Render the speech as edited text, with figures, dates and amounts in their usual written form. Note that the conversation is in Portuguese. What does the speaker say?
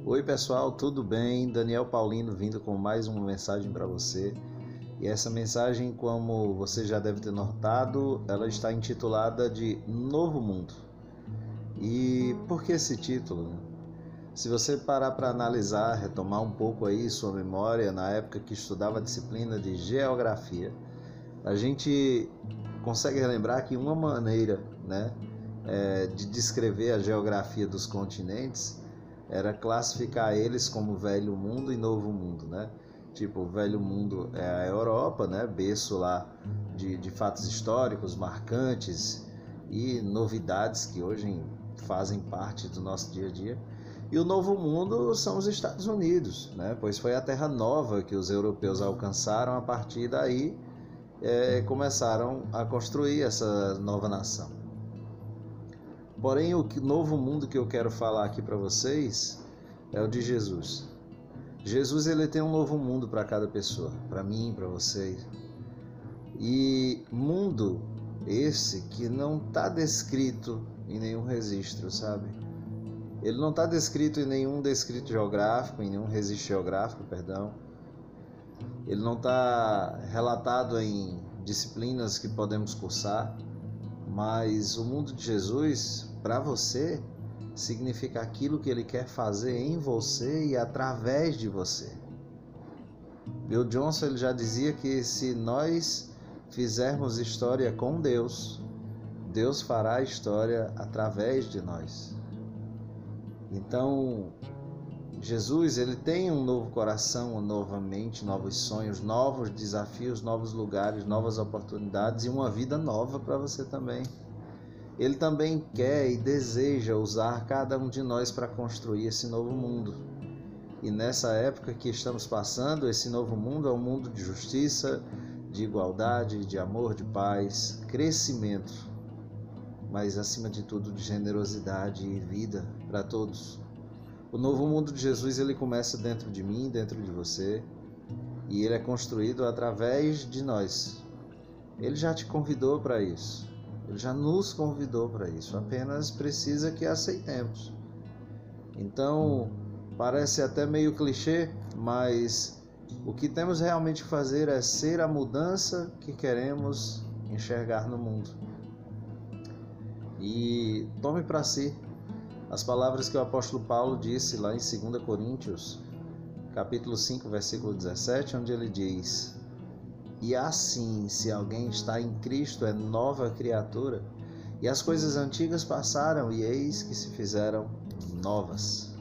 Oi pessoal, tudo bem? Daniel Paulino vindo com mais uma mensagem para você. E essa mensagem, como você já deve ter notado, ela está intitulada de Novo Mundo. E por que esse título? Se você parar para analisar, retomar um pouco aí sua memória na época que estudava a disciplina de geografia, a gente consegue lembrar que uma maneira, de descrever a geografia dos continentes era classificar eles como Velho Mundo e Novo Mundo, né? Tipo, o Velho Mundo é a Europa, né? Berço lá de fatos históricos marcantes e novidades que hoje fazem parte do nosso dia a dia. E o Novo Mundo são os Estados Unidos, né? Pois foi a terra nova que os europeus alcançaram. A partir daí começaram a construir essa nova nação. Porém, o novo mundo que eu quero falar aqui para vocês é o de Jesus. Jesus, ele tem um novo mundo para cada pessoa, para mim, para vocês. E mundo esse que não está descrito em nenhum registro, sabe? Ele não está descrito em nenhum descrito geográfico, em nenhum registro geográfico, perdão. Ele não está relatado em disciplinas que podemos cursar. Mas o mundo de Jesus, para você, significa aquilo que Ele quer fazer em você e através de você. Bill Johnson, ele já dizia que se nós fizermos história com Deus, Deus fará história através de nós. Então, Jesus, ele tem um novo coração, uma nova mente, novos sonhos, novos desafios, novos lugares, novas oportunidades e uma vida nova para você também. Ele também quer e deseja usar cada um de nós para construir esse novo mundo. E nessa época que estamos passando, esse novo mundo é um mundo de justiça, de igualdade, de amor, de paz, crescimento, mas acima de tudo de generosidade e vida para todos. O novo mundo de Jesus, ele começa dentro de mim, dentro de você, e ele é construído através de nós. Ele já te convidou para isso, ele já nos convidou para isso, apenas precisa que aceitemos. Então, parece até meio clichê, mas o que temos realmente que fazer é ser a mudança que queremos enxergar no mundo. E tome para si as palavras que o apóstolo Paulo disse lá em 2 Coríntios, capítulo 5, versículo 17, onde ele diz: E assim, se alguém está em Cristo, é nova criatura, e as coisas antigas passaram, e eis que se fizeram novas.